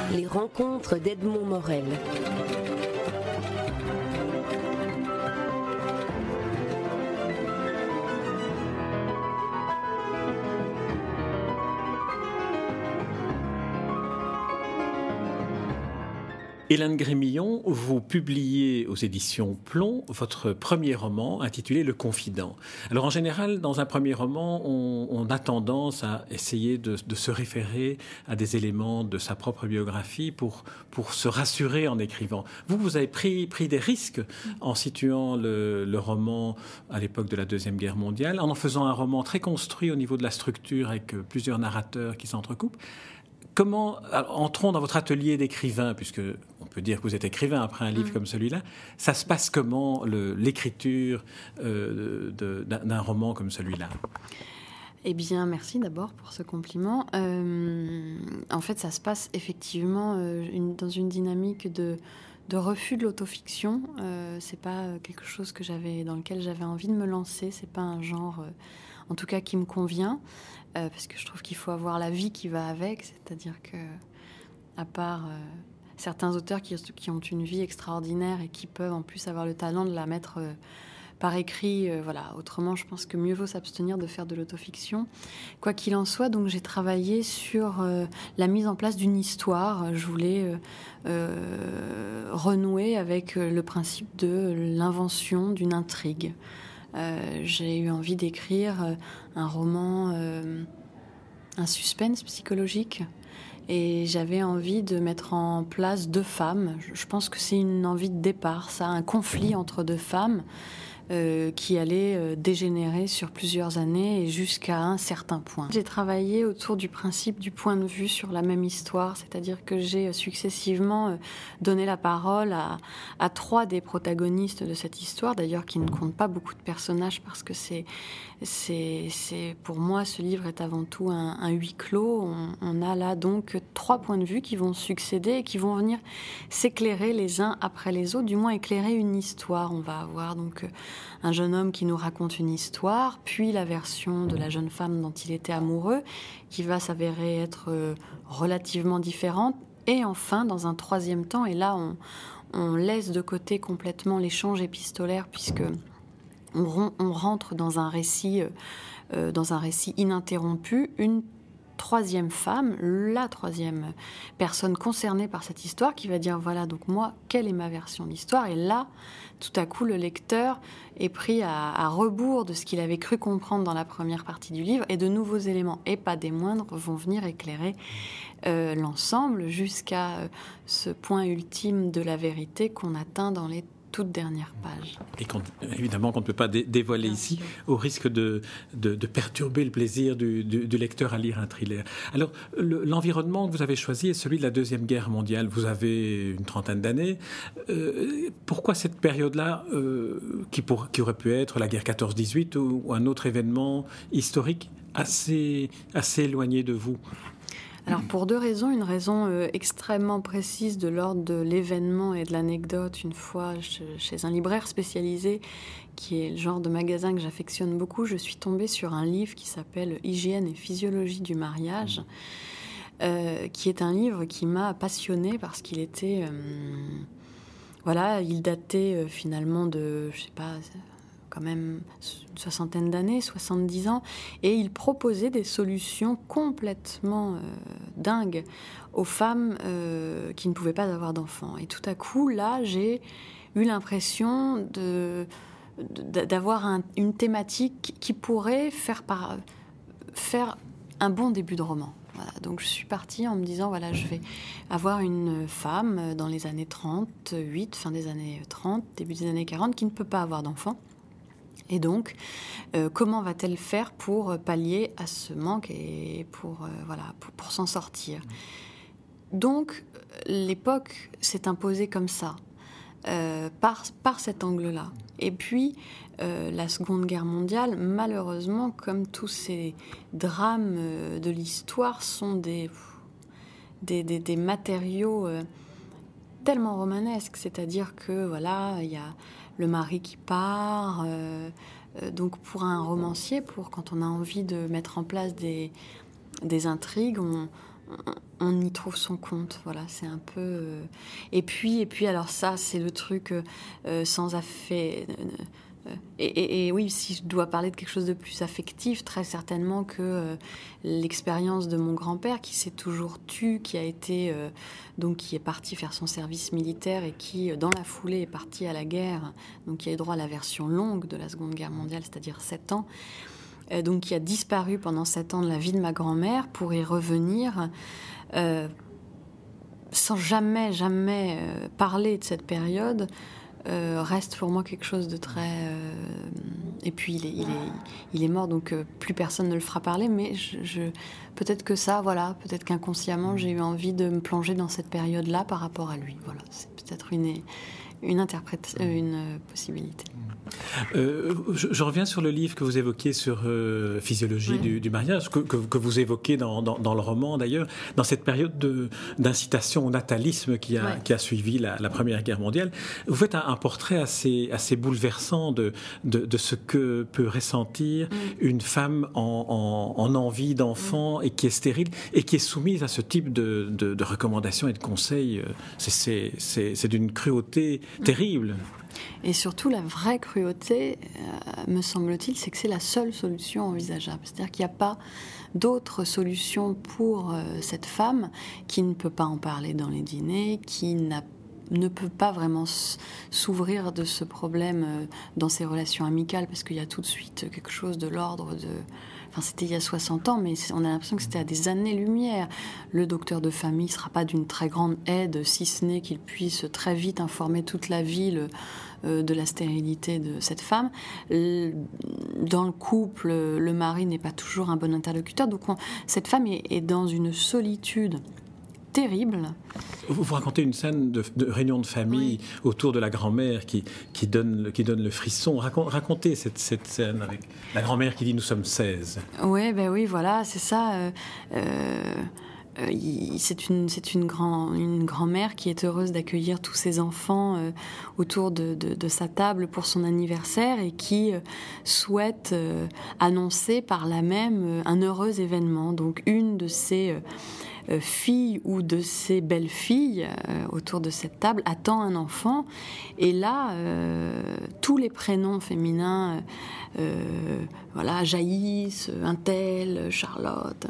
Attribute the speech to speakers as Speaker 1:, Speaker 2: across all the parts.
Speaker 1: Les rencontres d'Edmond Morel.
Speaker 2: Hélène Grémillon, vous publiez aux éditions Plomb votre premier roman intitulé Le Confident. Alors en général, dans un premier roman, on a tendance à essayer de se référer à des éléments de sa propre biographie pour se rassurer en écrivant. Vous avez pris des risques en situant le roman à l'époque de la Deuxième Guerre mondiale, en faisant un roman très construit au niveau de la structure avec plusieurs narrateurs qui s'entrecoupent. Comment, entrons dans votre atelier d'écrivain, puisque on peut dire que vous êtes écrivain après un livre comme celui-là, ça se passe comment l'écriture d'un roman comme celui-là ?
Speaker 3: Eh bien, merci d'abord pour ce compliment. En fait, ça se passe effectivement dans une dynamique de refus de l'autofiction. C'est pas quelque chose dans lequel j'avais envie de me lancer. C'est pas un genre, en tout cas, qui me convient. Parce que je trouve qu'il faut avoir la vie qui va avec, c'est-à-dire que, à part certains auteurs qui ont une vie extraordinaire et qui peuvent en plus avoir le talent de la mettre par écrit, voilà. Autrement, je pense que mieux vaut s'abstenir de faire de l'autofiction. Quoi qu'il en soit, donc j'ai travaillé sur la mise en place d'une histoire. Je voulais renouer avec le principe de l'invention d'une intrigue. J'ai eu envie d'écrire un roman, un suspense psychologique, et j'avais envie de mettre en place deux femmes. Je pense que c'est une envie de départ, ça, un conflit entre deux femmes qui allait dégénérer sur plusieurs années et jusqu'à un certain point. J'ai travaillé autour du principe du point de vue sur la même histoire, c'est-à-dire que j'ai successivement donné la parole à trois des protagonistes de cette histoire, d'ailleurs qui ne comptent pas beaucoup de personnages parce que c'est pour moi, ce livre est avant tout un huis clos. On a là donc trois points de vue qui vont succéder et qui vont venir s'éclairer les uns après les autres, du moins éclairer une histoire. On va avoir donc un jeune homme qui nous raconte une histoire, puis la version de la jeune femme dont il était amoureux, qui va s'avérer être relativement différente. Et enfin, dans un troisième temps, et là on laisse de côté complètement l'échange épistolaire, puisque on rentre dans un récit ininterrompu, une troisième femme, la troisième personne concernée par cette histoire, qui va dire voilà, donc moi, quelle est ma version de l'histoire ? Et là, tout à coup, le lecteur est pris à rebours de ce qu'il avait cru comprendre dans la première partie du livre, et de nouveaux éléments, et pas des moindres, vont venir éclairer l'ensemble jusqu'à ce point ultime de la vérité qu'on atteint dans les toute dernière page.
Speaker 2: Et évidemment qu'on ne peut pas dévoiler ici, au risque de perturber le plaisir du lecteur à lire un thriller. Alors, l'environnement que vous avez choisi est celui de la Deuxième Guerre mondiale. Vous avez une trentaine d'années. Pourquoi cette période-là, qui aurait pu être la guerre 14-18 ou un autre événement historique assez éloigné de vous ?
Speaker 3: Alors pour deux raisons, une raison extrêmement précise de l'ordre de l'événement et de l'anecdote. Une fois chez un libraire spécialisé, qui est le genre de magasin que j'affectionne beaucoup, je suis tombée sur un livre qui s'appelle « Hygiène et physiologie du mariage », qui est un livre qui m'a passionnée parce qu'il était... il datait finalement de, je sais pas... quand même une soixantaine d'années, 70 ans, et il proposait des solutions complètement dingues aux femmes qui ne pouvaient pas avoir d'enfants. Et tout à coup, là, j'ai eu l'impression d'avoir une thématique qui pourrait faire un bon début de roman. Voilà. Donc je suis partie en me disant, voilà, je vais avoir une femme dans les années 38, fin des années 30, début des années 40, qui ne peut pas avoir d'enfants. Et donc, comment va-t-elle faire pour pallier à ce manque et pour s'en sortir ? Donc, l'époque s'est imposée comme ça, par cet angle-là. Et puis, la Seconde Guerre mondiale, malheureusement, comme tous ces drames de l'histoire, sont des matériaux tellement romanesques. C'est-à-dire que, voilà, il y a le mari qui part. Donc pour un romancier, quand on a envie de mettre en place des intrigues, on y trouve son compte. Voilà, c'est un peu... Et puis, alors ça, c'est le truc sans affaire... Et oui, si je dois parler de quelque chose de plus affectif, très certainement que l'expérience de mon grand-père qui s'est toujours tu, qui a été donc qui est parti faire son service militaire et qui, dans la foulée, est parti à la guerre, donc qui a eu droit à la version longue de la Seconde Guerre mondiale, c'est-à-dire 7 ans, donc qui a disparu pendant 7 ans de la vie de ma grand-mère pour y revenir sans jamais parler de cette période. Reste pour moi quelque chose de très... Et puis il est mort, donc plus personne ne le fera parler, mais peut-être que ça, voilà, peut-être qu'inconsciemment j'ai eu envie de me plonger dans cette période-là par rapport à lui. Voilà, c'est peut-être une possibilité.
Speaker 2: Je reviens sur le livre que vous évoquiez sur physiologie du mariage, que vous évoquez dans le roman d'ailleurs, dans cette période d'incitation au natalisme qui a suivi la Première Guerre mondiale. Vous faites un portrait assez bouleversant de ce que peut ressentir une femme en envie d'enfant et qui est stérile et qui est soumise à ce type de recommandations et de conseils. C'est d'une cruauté terrible.
Speaker 3: Et surtout, la vraie cruauté, me semble-t-il, c'est que c'est la seule solution envisageable. C'est-à-dire qu'il n'y a pas d'autre solution pour cette femme qui ne peut pas en parler dans les dîners, qui ne peut pas vraiment s'ouvrir de ce problème dans ses relations amicales, parce qu'il y a tout de suite quelque chose de l'ordre de... Enfin, c'était il y a 60 ans, mais on a l'impression que c'était à des années-lumière. Le docteur de famille ne sera pas d'une très grande aide, si ce n'est qu'il puisse très vite informer toute la ville de la stérilité de cette femme. Dans le couple, le mari n'est pas toujours un bon interlocuteur. Donc cette femme est dans une solitude terrible.
Speaker 2: Vous racontez une scène de réunion de famille autour de la grand-mère qui donne le frisson. Racontez cette scène avec la grand-mère qui dit « nous sommes 16 ».
Speaker 3: Oui, voilà, c'est ça. C'est une grand-mère qui est heureuse d'accueillir tous ses enfants autour de sa table pour son anniversaire et qui souhaite annoncer par là même un heureux événement. Donc une de ses fille ou de ses belles-filles autour de cette table attend un enfant, et là tous les prénoms féminins jaillissent, un tel, Charlotte,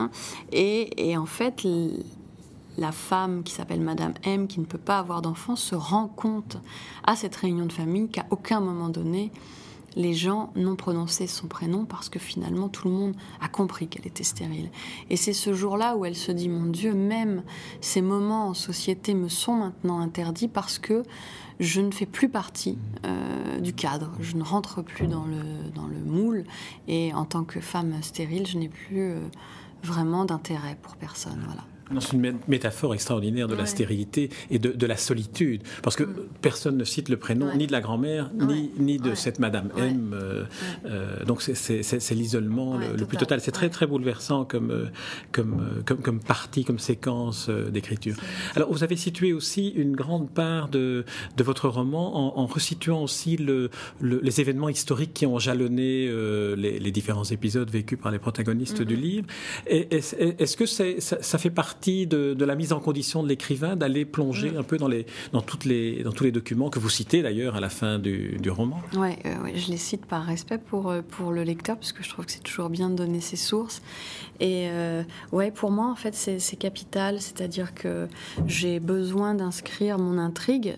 Speaker 3: et en fait la femme qui s'appelle Madame M, qui ne peut pas avoir d'enfant, se rend compte à cette réunion de famille qu'à aucun moment donné les gens n'ont prononcé son prénom, parce que finalement tout le monde a compris qu'elle était stérile. Et c'est ce jour-là où elle se dit « Mon Dieu, même ces moments en société me sont maintenant interdits parce que je ne fais plus partie du cadre, je ne rentre plus dans le moule, et en tant que femme stérile, je n'ai plus vraiment d'intérêt pour personne. » Voilà.
Speaker 2: C'est une métaphore extraordinaire de la stérilité et de la solitude, parce que personne ne cite le prénom ni de la grand-mère ni de cette Madame M. Donc c'est l'isolement le plus total. C'est très très bouleversant comme partie, comme séquence d'écriture. Alors vous avez situé aussi une grande part de votre roman en resituant aussi les événements historiques qui ont jalonné les différents épisodes vécus par les protagonistes du livre. Est-ce que ça fait partie de la mise en condition de l'écrivain d'aller plonger un peu dans tous les documents que vous citez d'ailleurs à la fin du roman?
Speaker 3: Oui, je les cite par respect pour le lecteur, parce que je trouve que c'est toujours bien de donner ses sources. Et pour moi, en fait, c'est capital, c'est-à-dire que j'ai besoin d'inscrire mon intrigue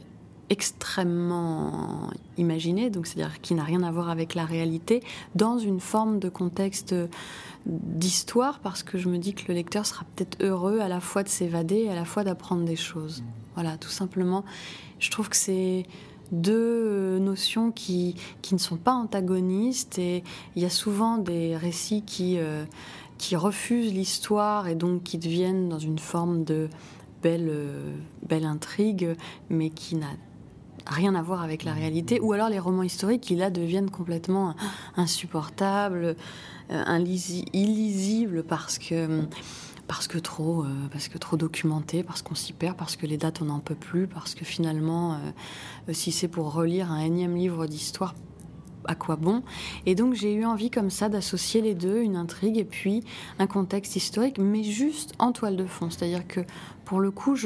Speaker 3: extrêmement imaginée, donc c'est-à-dire qui n'a rien à voir avec la réalité, dans une forme de contexte d'histoire, parce que je me dis que le lecteur sera peut-être heureux à la fois de s'évader et à la fois d'apprendre des choses. Voilà, tout simplement. Je trouve que c'est deux notions qui ne sont pas antagonistes, et il y a souvent des récits qui refusent l'histoire et donc qui deviennent dans une forme de belle intrigue, mais qui n'a rien à voir avec la réalité, ou alors les romans historiques qui là deviennent complètement insupportables, illisibles parce que trop documentés, parce qu'on s'y perd, parce que les dates on n'en peut plus, parce que finalement si c'est pour relire un énième livre d'histoire, à quoi bon. Et donc j'ai eu envie comme ça d'associer les deux, une intrigue et puis un contexte historique, mais juste en toile de fond. C'est-à-dire que pour le coup,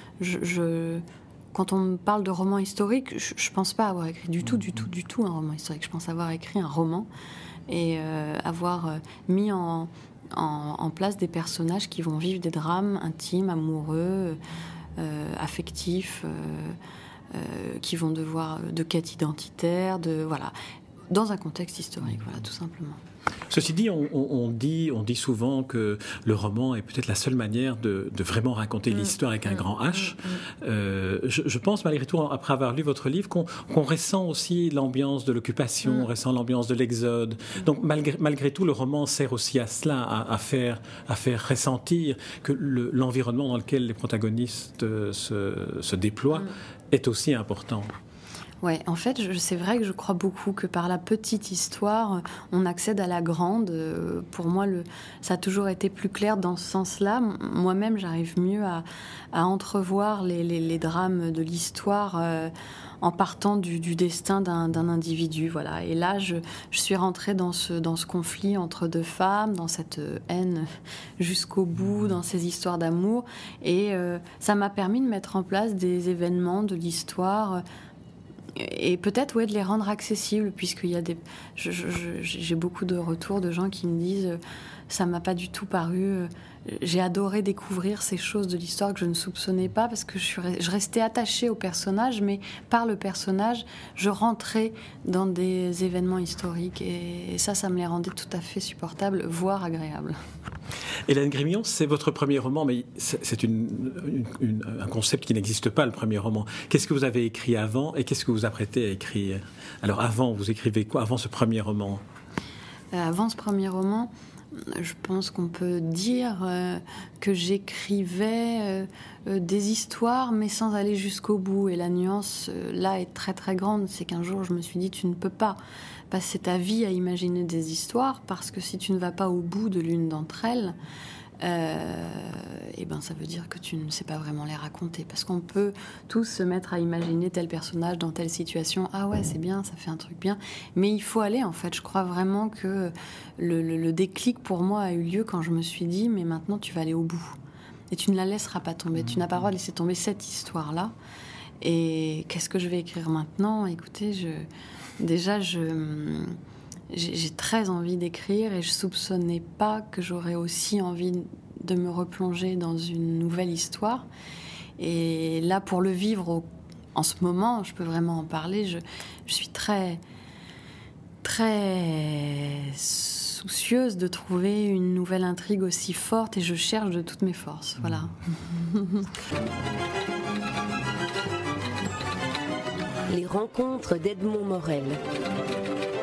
Speaker 3: quand on me parle de roman historique, je ne pense pas avoir écrit du tout un roman historique. Je pense avoir écrit un roman et avoir mis en place des personnages qui vont vivre des drames intimes, amoureux, affectifs, qui vont devoir de quête identitaire, dans un contexte historique, tout simplement.
Speaker 2: Ceci dit, on dit souvent que le roman est peut-être la seule manière de vraiment raconter l'histoire avec un grand H. Je pense malgré tout, après avoir lu votre livre, qu'on ressent aussi l'ambiance de l'occupation, on ressent l'ambiance de l'exode. Donc malgré tout, le roman sert aussi à cela, à faire ressentir que l'environnement dans lequel les protagonistes se déploient est aussi important.
Speaker 3: Ouais, en fait, c'est vrai que je crois beaucoup que par la petite histoire, on accède à la grande. Pour moi, ça a toujours été plus clair dans ce sens-là. Moi-même, j'arrive mieux à entrevoir les drames de l'histoire en partant du destin d'un individu. Voilà. Et là, je suis rentrée dans ce conflit entre deux femmes, dans cette haine jusqu'au bout, dans ces histoires d'amour. Et ça m'a permis de mettre en place des événements de l'histoire et peut-être de les rendre accessibles, puisqu'il y a j'ai beaucoup de retours de gens qui me disent ça m'a pas du tout paru, j'ai adoré découvrir ces choses de l'histoire que je ne soupçonnais pas, parce que je restais attachée au personnage, mais par le personnage je rentrais dans des événements historiques, et ça me les rendait tout à fait supportables, voire agréables.
Speaker 2: Hélène Grémillon, c'est votre premier roman, mais c'est un concept qui n'existe pas, le premier roman. Qu'est-ce que vous avez écrit avant et qu'est-ce que vous apprêtez à écrire? Alors avant, vous écrivez quoi avant ce premier roman?
Speaker 3: Avant ce premier roman, je pense qu'on peut dire que j'écrivais des histoires, mais sans aller jusqu'au bout. Et la nuance, là, est très très grande. C'est qu'un jour, je me suis dit, tu ne peux pas passer ta vie à imaginer des histoires, parce que si tu ne vas pas au bout de l'une d'entre elles, ça veut dire que tu ne sais pas vraiment les raconter. Parce qu'on peut tous se mettre à imaginer tel personnage dans telle situation. Ah ouais, c'est bien, ça fait un truc bien. Mais il faut aller, en fait. Je crois vraiment que le déclic pour moi a eu lieu quand je me suis dit, mais maintenant tu vas aller au bout. Et tu ne la laisseras pas tomber. Tu n'as pas le droit de laisser tomber cette histoire-là. Et qu'est-ce que je vais écrire maintenant? Écoutez, j'ai très envie d'écrire, et je soupçonnais pas que j'aurais aussi envie de me replonger dans une nouvelle histoire. Et là, pour le vivre en ce moment, je peux vraiment en parler. Je suis très, très soucieuse de trouver une nouvelle intrigue aussi forte, et je cherche de toutes mes forces. Voilà.
Speaker 1: Les rencontres d'Edmond Morel.